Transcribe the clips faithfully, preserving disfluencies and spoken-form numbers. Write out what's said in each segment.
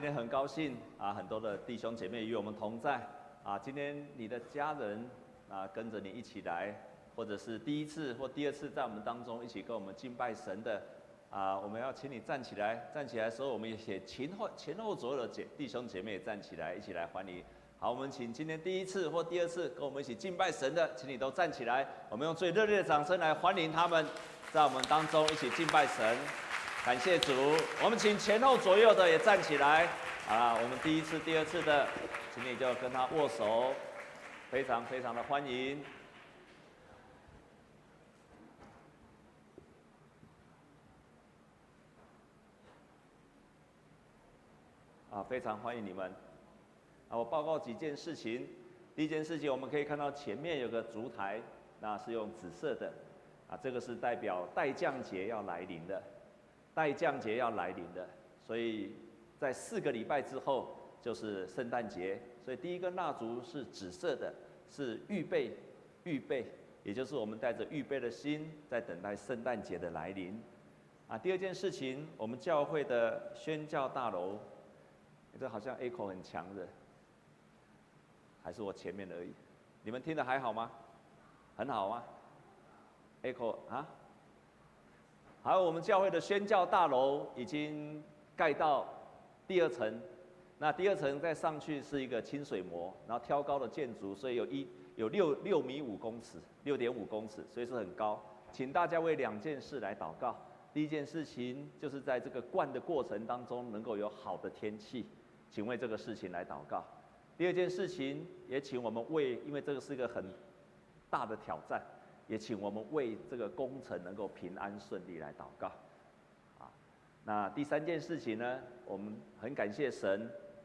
今天很高兴啊，很多的弟兄姐妹与我们同在啊。今天你的家人啊跟着你一起来，或者是第一次或第二次在我们当中一起跟我们敬拜神的啊，我们要请你站起来。站起来的时候，我们也请前后前后左右的姐弟兄姐妹站起来，一起来欢迎。好，我们请今天第一次或第二次跟我们一起敬拜神的，请你都站起来。我们用最热烈的掌声来欢迎他们，在我们当中一起敬拜神。感谢主，我们请前后左右的也站起来。啊，我们第一次、第二次的，请你就跟他握手，非常非常的欢迎。啊，非常欢迎你们。啊，我报告几件事情。第一件事情，我们可以看到前面有个烛台，那是用紫色的，啊，这个是代表待降节要来临的。待降节要来临的，所以在四个礼拜之后就是圣诞节，所以第一根蜡烛是紫色的，是预备，预备，也就是我们带着预备的心，在等待圣诞节的来临。啊，第二件事情，我们教会的宣教大楼，这好像 echo 很强的，还是我前面而已？你们听得还好吗？很好吗 ？echo 啊？还有我们教会的宣教大楼已经盖到第二层，那第二层再上去是一个清水模，然后挑高的建筑，所以有一有六六米五公尺，六点五公尺，所以是很高。请大家为两件事来祷告。第一件事情就是在这个灌的过程当中能够有好的天气，请为这个事情来祷告。第二件事情也请我们为，因为这个是一个很大的挑战。也请我们为这个工程能够平安顺利来祷告，啊，那第三件事情呢，我们很感谢神，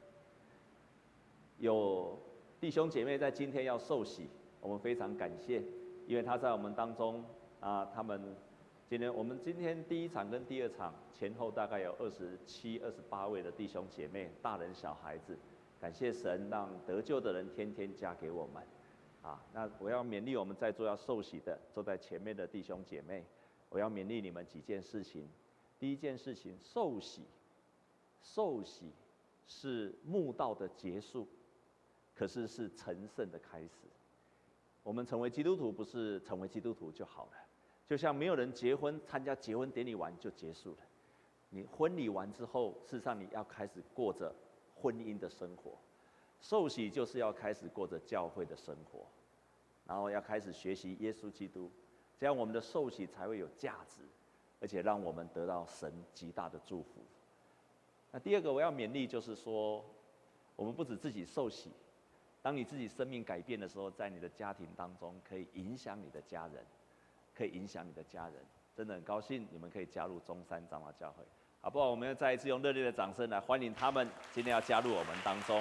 有弟兄姐妹在今天要受洗，我们非常感谢，因为他在我们当中啊，他们今天我们今天第一场跟第二场前后大概有二十七、二十八位的弟兄姐妹，大人小孩子，感谢神让得救的人天天加给我们。啊，那我要勉励我们在座要受洗的，坐在前面的弟兄姐妹，我要勉励你们几件事情。第一件事情，受洗，受洗是慕道的结束，可是是成圣的开始。我们成为基督徒，不是成为基督徒就好了，就像没有人结婚，参加结婚典礼完就结束了。你婚礼完之后，事实上你要开始过着婚姻的生活。受洗就是要开始过着教会的生活，然后要开始学习耶稣基督，这样我们的受洗才会有价值，而且让我们得到神极大的祝福。那第二个我要勉励就是说，我们不止自己受洗，当你自己生命改变的时候，在你的家庭当中可以影响你的家人，可以影响你的家人。真的很高兴你们可以加入中山长老教会，好不好？我们要再一次用热烈的掌声来欢迎他们今天要加入我们当中。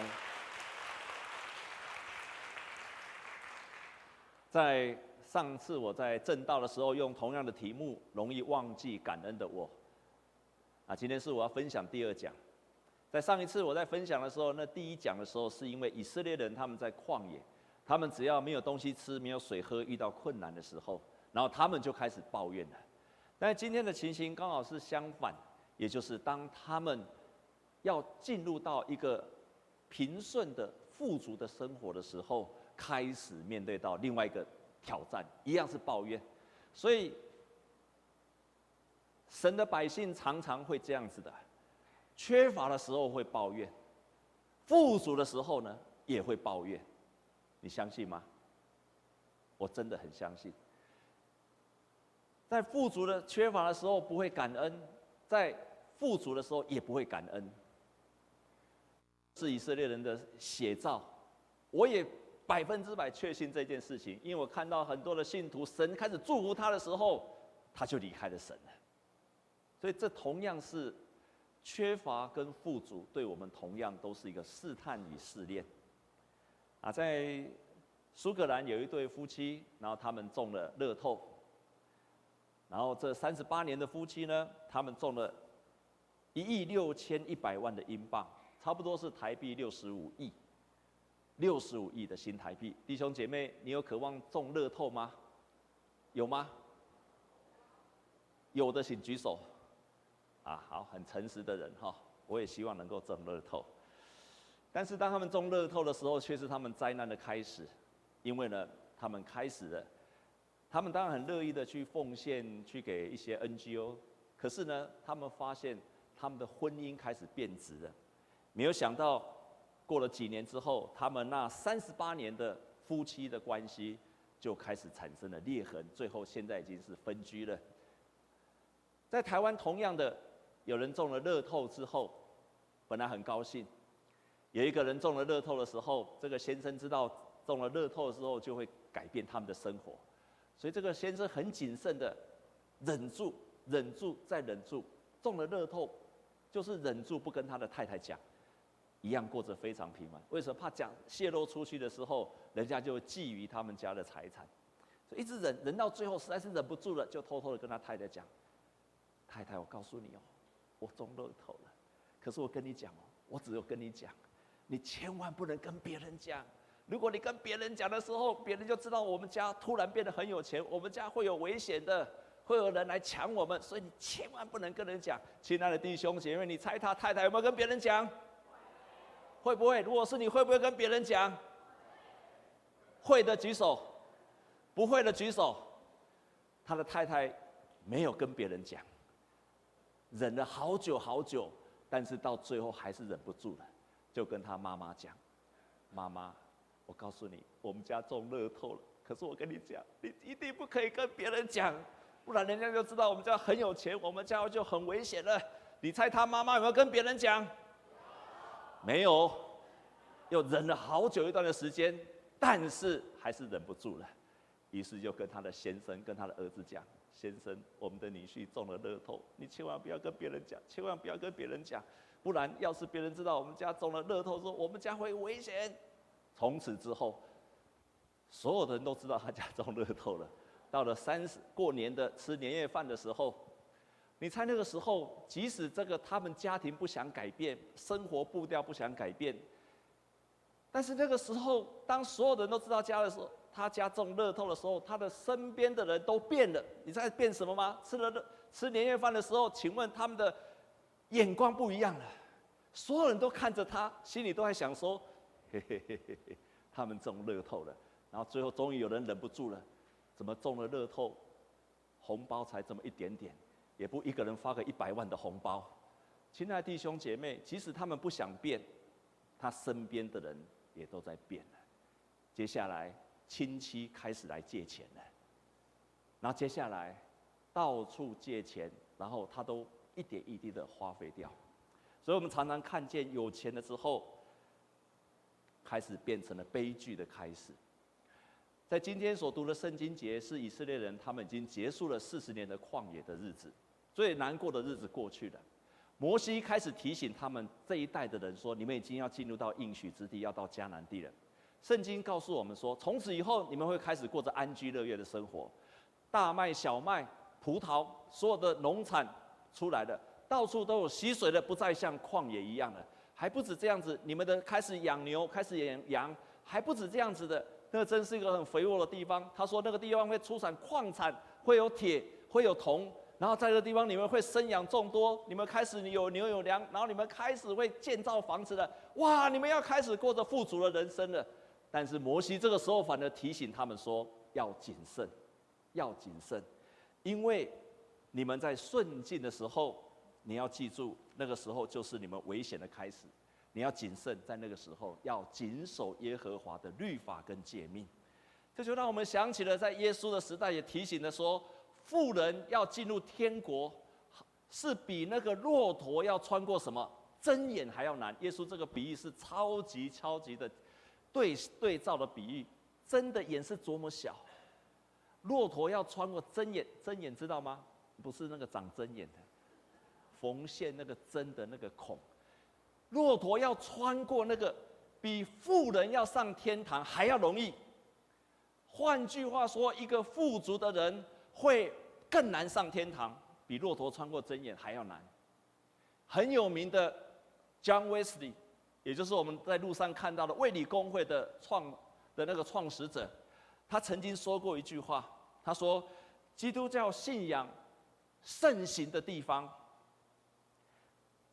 在上次我在正道的时候，用同样的题目“容易忘记感恩的我”，啊，今天是我要分享第二讲。在上一次我在分享的时候，那第一讲的时候，是因为以色列人他们在旷野，他们只要没有东西吃、没有水喝，遇到困难的时候，然后他们就开始抱怨了。但是今天的情形刚好是相反，也就是当他们要进入到一个平顺的、富足的生活的时候，开始面对到另外一个挑战，一样是抱怨。所以神的百姓常常会这样子的，缺乏的时候会抱怨，富足的时候呢也会抱怨。你相信吗？我真的很相信。在富足的缺乏的时候不会感恩，在富足的时候也不会感恩，是以色列人的写照。我也百分之百确信这件事情，因为我看到很多的信徒，神开始祝福他的时候，他就离开了神了。所以这同样是缺乏跟富足，对我们同样都是一个试探与试炼。啊，在苏格兰有一对夫妻，然后他们中了乐透，然后这三十八年的夫妻呢，他们中了一亿六千一百万的英镑，差不多是台币六十五亿。六十五亿的新台币，弟兄姐妹，你有渴望中乐透吗？有吗？有的请举手。啊，好，很诚实的人哈。 我也希望能够中乐透。但是当他们中乐透的时候，却是他们灾难的开始，因为呢，他们开始了，他们当然很乐意的去奉献，去给一些 N G O， 可是呢，他们发现他们的婚姻开始变质了。没有想到，过了几年之后，他们那三十八年的夫妻的关系就开始产生了裂痕，最后现在已经是分居了。在台湾，同样的，有人中了乐透之后，本来很高兴。有一个人中了乐透的时候，这个先生知道中了乐透的时候就会改变他们的生活，所以这个先生很谨慎的忍住、忍住再忍住，中了乐透就是忍住不跟他的太太讲，一样过着非常平安。为什么？怕讲泄露出去的时候，人家就会觊觎他们家的财产，所以一直忍，忍到最后实在是忍不住了，就偷偷的跟他太太讲：“太太，我告诉你哦，我中乐透了。可是我跟你讲哦，我只有跟你讲，你千万不能跟别人讲。如果你跟别人讲的时候，别人就知道我们家突然变得很有钱，我们家会有危险的，会有人来抢我们，所以你千万不能跟人讲。”亲爱的弟兄姐妹，你猜他太太有没有跟别人讲？会不会？如果是你，会不会跟别人讲？会的举手，不会的举手。他的太太没有跟别人讲，忍了好久好久，但是到最后还是忍不住了，就跟他妈妈讲：“妈妈，我告诉你，我们家中乐透了。可是我跟你讲，你一定不可以跟别人讲，不然人家就知道我们家很有钱，我们家就很危险了。”你猜他妈妈有没有跟别人讲？没有，又忍了好久一段的时间，但是还是忍不住了，于是就跟他的先生、跟他的儿子讲：“先生，我们的女婿中了乐透，你千万不要跟别人讲，千万不要跟别人讲，不然要是别人知道我们家中了乐透，说我们家会危险。”从此之后，所有的人都知道他家中乐透了。到了三十过年的吃年夜饭的时候，你猜那个时候，即使这个他们家庭不想改变，生活步调不想改变，但是那个时候，当所有人都知道家的时候，他家中乐透的时候，他的身边的人都变了。你知道变什么吗？吃了吃年夜饭的时候，请问他们的眼光不一样了，所有人都看着他，心里都在想说：“嘿嘿嘿嘿嘿，他们中乐透了。”然后最后终于有人忍不住了，怎么中了乐透，红包才这么一点点？也不一个人发个一百万的红包。亲爱的弟兄姐妹，即使他们不想变，他身边的人也都在变了。接下来亲戚开始来借钱了，然后接下来到处借钱，然后他都一点一滴的花费掉。所以我们常常看见有钱了之后，开始变成了悲剧的开始。在今天所读的圣经节，是以色列人他们已经结束了四十年的旷野的日子，最难过的日子过去了。摩西开始提醒他们这一代的人说：“你们已经要进入到应许之地，要到迦南地了。”圣经告诉我们说，从此以后你们会开始过着安居乐业的生活，大麦、小麦、葡萄，所有的农产出来了，到处都有溪水的，不再像旷野一样了。还不止这样子，你们的开始养牛，开始养羊，还不止这样子的。那真是一个很肥沃的地方。他说那个地方会出产矿产，会有铁，会有铜，然后在这个地方你们会生养众多，你们开始有牛有粮，然后你们开始会建造房子了。哇，你们要开始过着富足的人生了。但是摩西这个时候反而提醒他们说，要谨慎，要谨慎，因为你们在顺境的时候，你要记住，那个时候就是你们危险的开始。你要谨慎，在那个时候要谨守耶和华的律法跟诫命。这就让我们想起了在耶稣的时代也提醒了说，富人要进入天国，是比那个骆驼要穿过什么针眼还要难。耶稣这个比喻是超级超级的对对照的比喻，针的眼是多么小，骆驼要穿过针眼，针眼知道吗？不是那个长针眼的，缝线那个针的那个孔。骆驼要穿过那个，比富人要上天堂还要容易。换句话说，一个富足的人会更难上天堂，比骆驼穿过针眼还要难。很有名的 John Wesley， 也就是我们在路上看到的卫理公会的创的那个创始者，他曾经说过一句话，他说：“基督教信仰盛行的地方，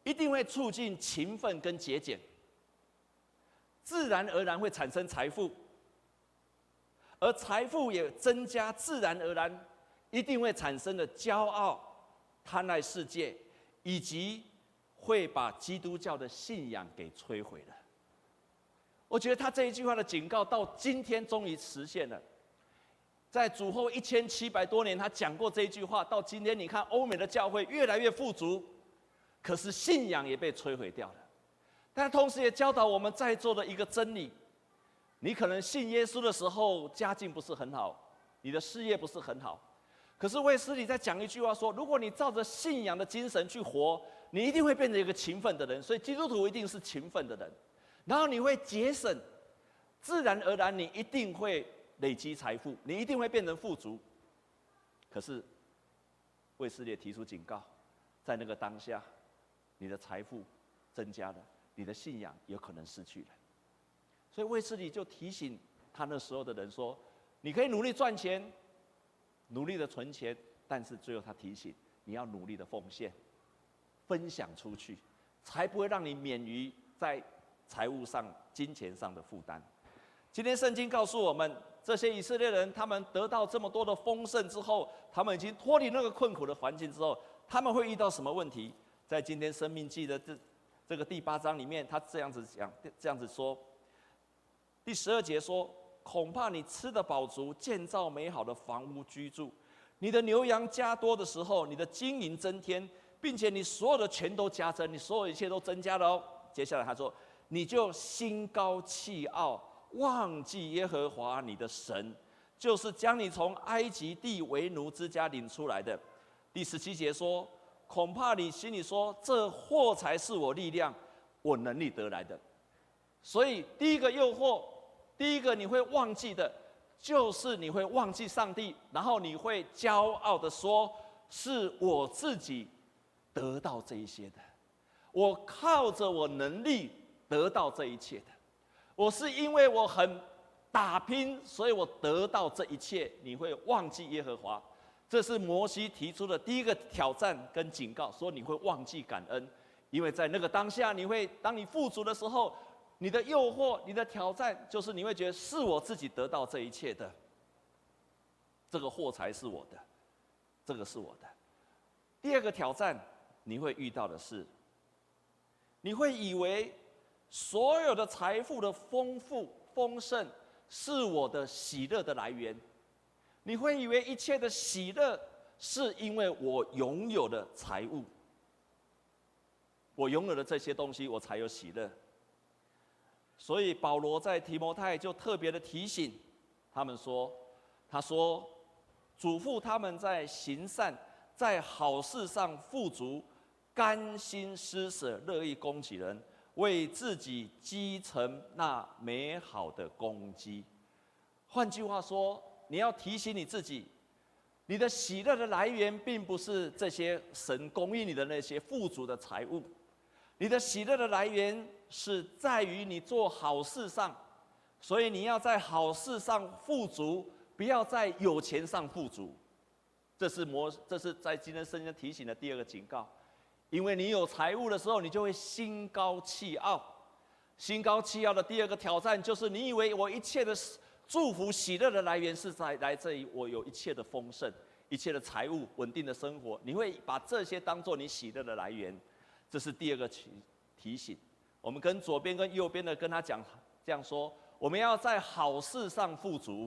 一定会促进勤奋跟节俭，自然而然会产生财富，而财富也增加，自然而然一定会产生的骄傲、贪爱世界，以及会把基督教的信仰给摧毁了。我觉得他这一句话的警告到今天终于实现了。在主后一千七百多年，他讲过这一句话，到今天你看欧美的教会越来越富足，可是信仰也被摧毁掉了。但同时也教导我们在座的一个真理：你可能信耶稣的时候家境不是很好，你的事业不是很好，可是卫斯理在讲一句话说：如果你照着信仰的精神去活，你一定会变成一个勤奋的人。所以基督徒一定是勤奋的人。然后你会节省，自然而然你一定会累积财富，你一定会变成富足。可是卫斯理提出警告，在那个当下，你的财富增加了，你的信仰有可能失去了。所以卫斯理就提醒他那时候的人说：你可以努力赚钱，努力的存钱，但是最后他提醒你要努力的奉献，分享出去，才不会让你免于在财务上、金钱上的负担。今天圣经告诉我们，这些以色列人他们得到这么多的丰盛之后，他们已经脱离那个困苦的环境之后，他们会遇到什么问题？在今天生命记的这这个第八章里面，他这样子讲，这样子说。第十二节说：恐怕你吃得饱足，建造美好的房屋居住，你的牛羊加多的时候，你的金银增添，并且你所有的全都加增，你所有一切都增加了哦。接下来他说：你就心高气傲，忘记耶和华你的神，就是将你从埃及地为奴之家领出来的。第十七节说：恐怕你心里说，这货财是我力量、我能力得来的。所以第一个诱惑，第一个你会忘记的，就是你会忘记上帝，然后你会骄傲的说：是我自己得到这一些的，我靠着我能力得到这一切的，我是因为我很打拼，所以我得到这一切。你会忘记耶和华，这是摩西提出的第一个挑战跟警告，说你会忘记感恩，因为在那个当下，你会当你富足的时候，你的诱惑、你的挑战，就是你会觉得是我自己得到这一切的，这个货财是我的，这个是我的。第二个挑战，你会遇到的是，你会以为所有的财富的丰富丰盛是我的喜乐的来源，你会以为一切的喜乐是因为我拥有的财物，我拥有的这些东西，我才有喜乐。所以保罗在提摩太就特别的提醒他们说，他说嘱咐他们在行善，在好事上富足，甘心施舍，乐意供给人，为自己积成那美好的功绩。换句话说，你要提醒你自己，你的喜乐的来源并不是这些神供应你的那些富足的财物，你的喜乐的来源是在于你做好事上。所以你要在好事上富足，不要在有钱上富足。这是摩，这是在今天圣经提醒的第二个警告。因为你有财物的时候，你就会心高气傲。心高气傲的第二个挑战就是，你以为我一切的祝福、喜乐的来源是在来自于我有一切的丰盛、一切的财物、稳定的生活，你会把这些当作你喜乐的来源。这是第二个提醒。我们跟左边跟右边的跟他讲，这样说：我们要在好事上富足，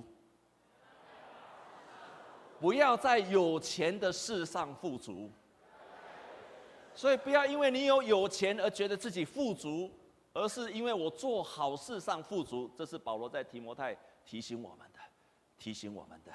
不要在有钱的事上富足。所以不要因为你有有钱而觉得自己富足，而是因为我做好事上富足。这是保罗在提摩太提醒我们的，提醒我们的。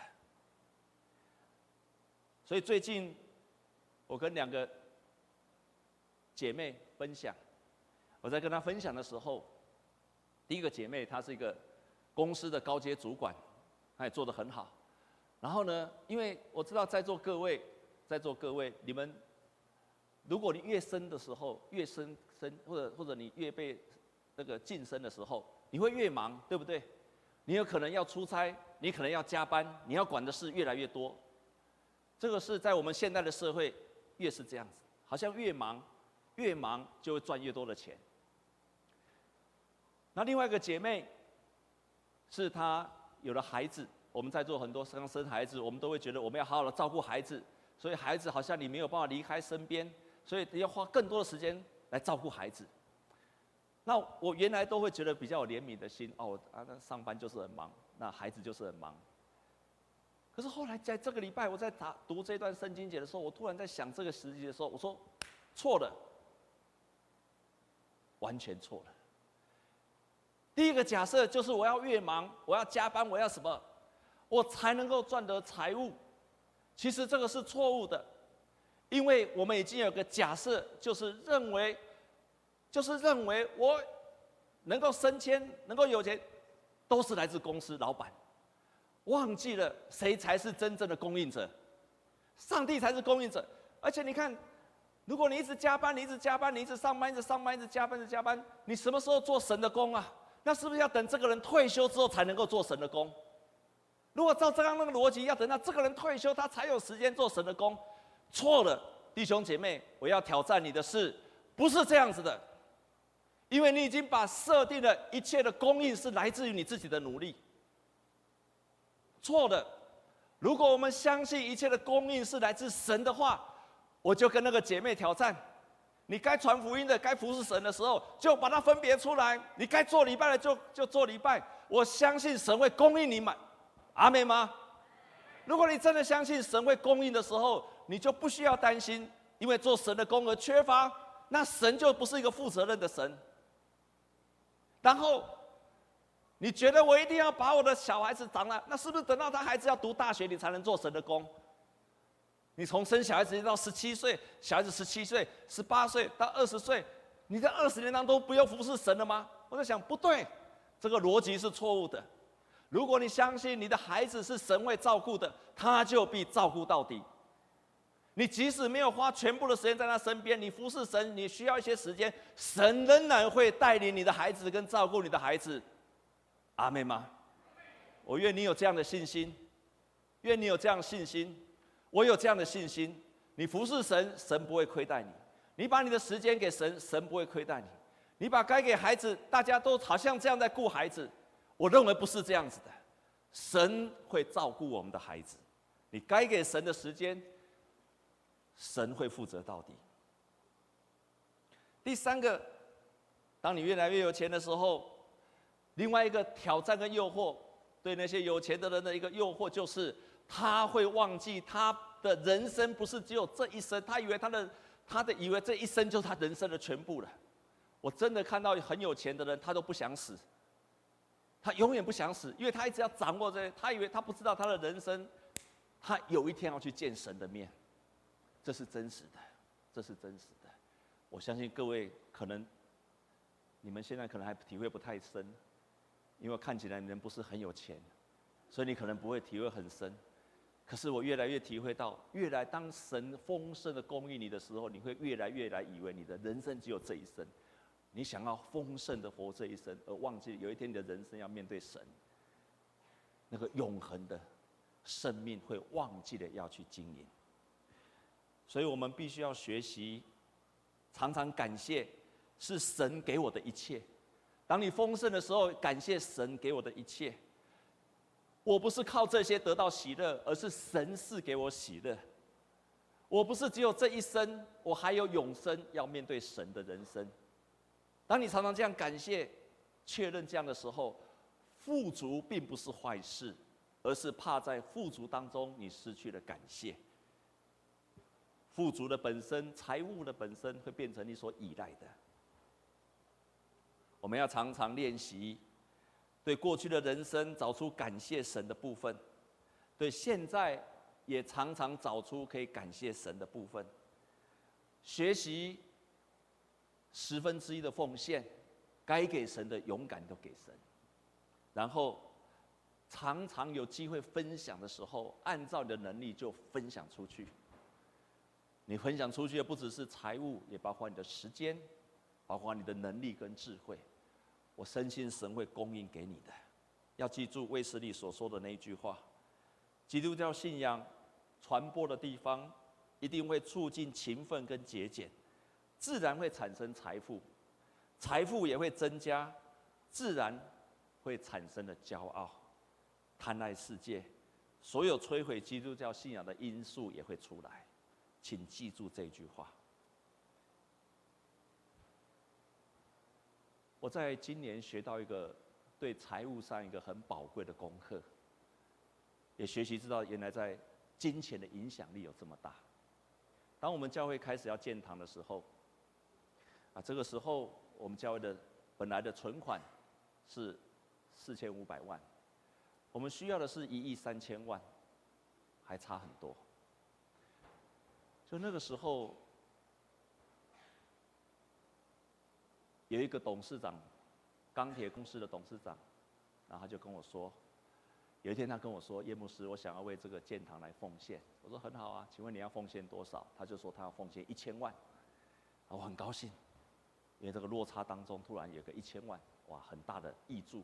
所以最近我跟两个姐妹分享，我在跟她分享的时候，第一个姐妹她是一个公司的高阶主管，她也做得很好。然后呢，因为我知道在座各位，在座各位，你们如果你越升的时候，越升升，或者或者你越被那个晋升的时候，你会越忙，对不对？你有可能要出差，你可能要加班，你要管的事越来越多。这个是在我们现在的社会越是这样子，好像越忙越忙就会赚越多的钱。那另外一个姐妹，是她有了孩子，我们在座很多刚生孩子，我们都会觉得我们要好好的照顾孩子，所以孩子好像你没有办法离开身边，所以要花更多的时间来照顾孩子。那我原来都会觉得比较有怜悯的心，哦，啊，那上班就是很忙，那孩子就是很忙。可是后来在这个礼拜，我在打读这段圣经节的时候，我突然在想这个时机的时候，我说错了，完全错了。第一个假设就是我要越忙，我要加班，我要什么，我才能够赚得财物。其实这个是错误的，因为我们已经有个假设，就是认为，就是认为我能够升迁、能够有钱，都是来自公司老板，忘记了谁才是真正的供应者，上帝才是供应者。而且你看，如果你一直加班，你一直加班，你一直上班，一直上班，一直加班，一直加班，你什么时候做神的工啊？那是不是要等这个人退休之后才能够做神的工？如果照这样那个逻辑，要等到这个人退休，他才有时间做神的工，错了，弟兄姐妹，我要挑战你的是，不是这样子的，因为你已经把设定了一切的供应是来自于你自己的努力，错的。如果我们相信一切的供应是来自神的话，我就跟那个姐妹挑战。你该传福音的，该服侍神的时候，就把它分别出来。你该做礼拜的就，就就做礼拜。我相信神会供应你们，阿们吗？如果你真的相信神会供应的时候，你就不需要担心，因为做神的工而缺乏，那神就不是一个负责任的神。然后，你觉得我一定要把我的小孩子长了，那是不是等到他孩子要读大学，你才能做神的工？你从生小孩子到十七岁，小孩子十七岁、十八岁到二十岁，你在二十年当中不用服侍神了吗？我在想，不对，这个逻辑是错误的。如果你相信你的孩子是神会照顾的，他就必照顾到底。你即使没有花全部的时间在他身边，你服侍神，你需要一些时间，神仍然会带领你的孩子跟照顾你的孩子。阿们吗？我愿你有这样的信心，愿你有这样的信心。我有这样的信心，你服侍神，神不会亏待你；你把你的时间给神，神不会亏待你；你把该给孩子，大家都好像这样在顾孩子，我认为不是这样子的。神会照顾我们的孩子，你该给神的时间，神会负责到底。第三个，当你越来越有钱的时候，另外一个挑战跟诱惑，对那些有钱的人的一个诱惑就是。他会忘记他的人生不是只有这一生，他以为他的他的以为这一生就是他人生的全部了。我真的看到很有钱的人，他都不想死，他永远不想死，因为他一直要掌握这些，他以为他不知道他的人生，他有一天要去见神的面，这是真实的，这是真实的。我相信各位可能你们现在可能还体会不太深，因为看起来你们不是很有钱，所以你可能不会体会很深。可是我越来越体会到，越来当神丰盛的供应你的时候，你会越来越来以为你的人生只有这一生，你想要丰盛的活这一生，而忘记有一天你的人生要面对神，那个永恒的生命会忘记了要去经营。所以我们必须要学习，常常感谢是神给我的一切。当你丰盛的时候，感谢神给我的一切。我不是靠这些得到喜乐，而是神赐给我喜乐。我不是只有这一生，我还有永生要面对神的人生。当你常常这样感谢、确认这样的时候，富足并不是坏事，而是怕在富足当中你失去了感谢。富足的本身、财物的本身会变成你所依赖的。我们要常常练习。对过去的人生找出感谢神的部分，对现在也常常找出可以感谢神的部分。学习十分之一的奉献，该给神的勇敢都给神。然后常常有机会分享的时候，按照你的能力就分享出去。你分享出去的不只是财物，也包括你的时间，包括你的能力跟智慧。我深信神会供应给你的。要记住卫斯理所说的那一句话：基督教信仰传播的地方，一定会促进勤奋跟节俭， 自然会产生财富，财富也会增加，自然会产生的骄傲、贪爱世界，所有摧毁基督教信仰的因素也会出来。请记住这句话。我在今年学到一个对财务上一个很宝贵的功课，也学习知道原来在金钱的影响力有这么大。当我们教会开始要建堂的时候，啊，这个时候我们教会的本来的存款是四千五百万，我们需要的是一亿三千万，还差很多。就那个时候，有一个董事长，钢铁公司的董事长，然后他就跟我说，有一天他跟我说，叶牧师，我想要为这个建堂来奉献。我说很好啊，请问你要奉献多少？他就说他要奉献一千万。我很高兴，因为这个落差当中突然有个一千万，哇，很大的益助。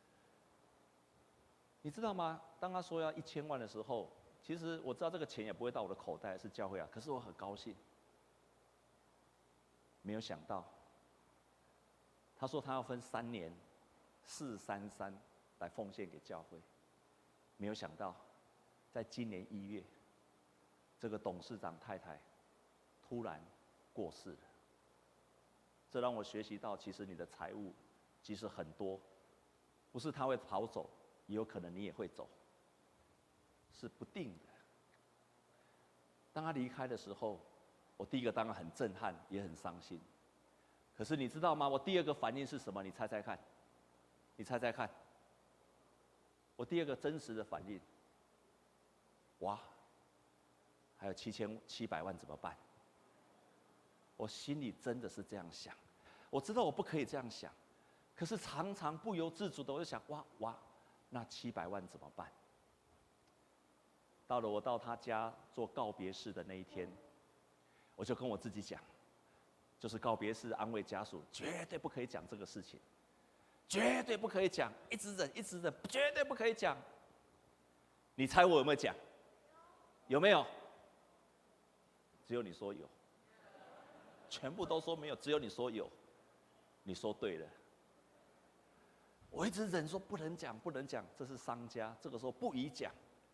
你知道吗？当他说要一千万的时候，其实我知道这个钱也不会到我的口袋，是教会啊。可是我很高兴，没有想到，他说他要分三年，四三三来奉献给教会。没有想到，在今年一月，这个董事长太太突然过世了。这让我学习到，其实你的财务即使很多，不是他会跑走，也有可能你也会走。是不定的。当他离开的时候，我第一个当然很震撼，也很伤心。可是你知道吗？我第二个反应是什么？你猜猜看，你猜猜看。我第二个真实的反应，哇，还有七千七百万怎么办？我心里真的是这样想。我知道我不可以这样想，可是常常不由自主的我就想，哇哇，那七百万怎么办？到了我到他家做告别式的那一天，我就跟我自己讲，就是告别式安慰家属，绝对不可以讲这个事情，绝对不可以讲，一直忍一直忍，绝对不可以讲。你猜我有没有讲？有没有？只有你说有，全部都说没有，只有你说有。你说对了。我一直忍说不能讲，不能讲，这是商家，这个时候不宜讲。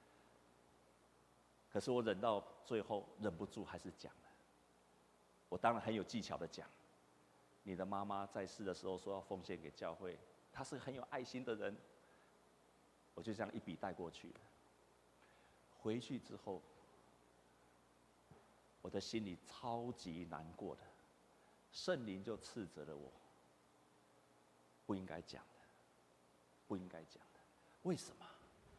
可是我忍到最后，忍不住还是讲了。我当然很有技巧的讲，你的妈妈在世的时候说要奉献给教会，她是很有爱心的人。我就这样一笔带过去了。回去之后，我的心里超级难过的，圣灵就斥责了我，不应该讲的，不应该讲的。为什么？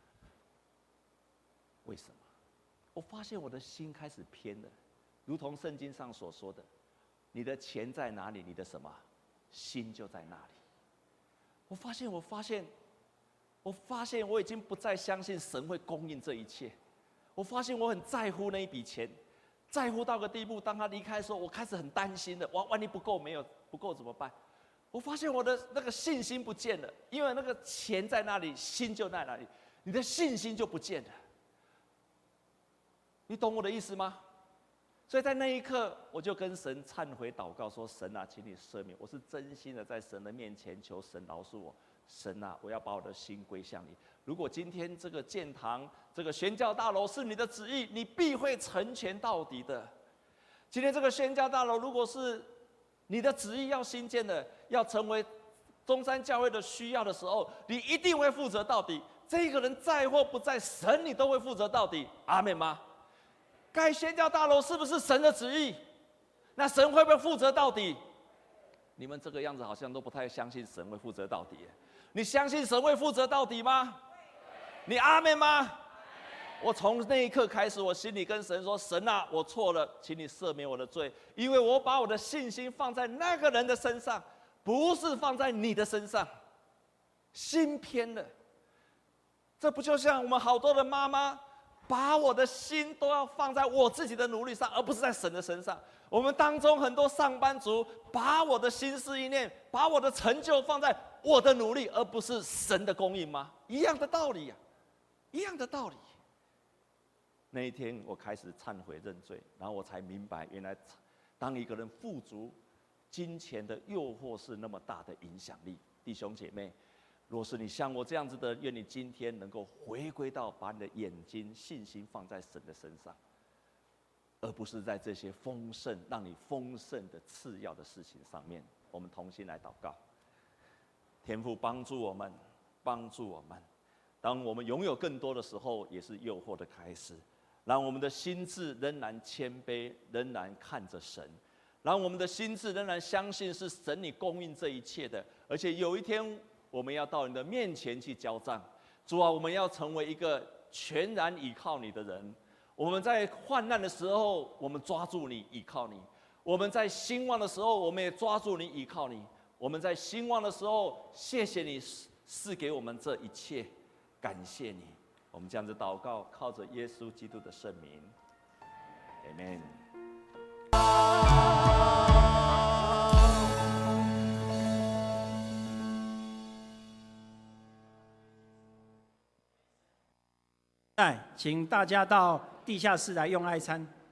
为什么？我发现我的心开始偏了，如同圣经上所说的，你的钱在哪里，你的什么心就在那里。我发现，我发现，我发现我已经不再相信神会供应这一切。我发现我很在乎那一笔钱，在乎到个地步，当他离开的时候，我开始很担心的。哇，万一不够，没有不够怎么办？我发现我的那个信心不见了，因为那个钱在那里，心就在那里，你的信心就不见了。你懂我的意思吗？所以在那一刻，我就跟神忏悔祷告说：“神啊，请你赦免，我是真心的在神的面前求神饶恕我。神啊，我要把我的心归向你。如果今天这个建堂、这个宣教大楼是你的旨意，你必会成全到底的。今天这个宣教大楼如果是你的旨意要兴建的，要成为中山教会的需要的时候，你一定会负责到底。这个人在或不在，神你都会负责到底。阿们吗？盖宣教大楼是不是神的旨意？那神会不会负责到底？你们这个样子好像都不太相信神会负责到底。你相信神会负责到底吗？你阿们吗？我从那一刻开始，我心里跟神说：神啊，我错了，请你赦免我的罪，因为我把我的信心放在那个人的身上，不是放在你的身上，心偏了。这不就像我们好多的妈妈，把我的心都要放在我自己的努力上，而不是在神的身上。我们当中很多上班族，把我的心思意念，把我的成就放在我的努力，而不是神的供应吗？一样的道理呀、啊，一样的道理。那一天我开始忏悔认罪，然后我才明白，原来当一个人富足，金钱的诱惑是那么大的影响力。弟兄姐妹，若是你像我这样子的，愿你今天能够回归到把你的眼睛、信心放在神的身上，而不是在这些丰盛、让你丰盛的次要的事情上面。我们同心来祷告，天父帮助我们，帮助我们。当我们拥有更多的时候，也是诱惑的开始。让我们的心智仍然谦卑，仍然看着神；让我们的心智仍然相信是神你供应这一切的，而且有一天我们要到你的面前去交账。主啊，我们要成为一个全然倚靠你的人。我们在患难的时候，我们抓住你，倚靠你；我们在兴旺的时候，我们也抓住你，倚靠你；我们在兴旺的时候，谢谢你赐给我们这一切，感谢你。我们这样子祷告，靠着耶稣基督的圣名 ，Amen。 来，请大家到地下室来用爱餐。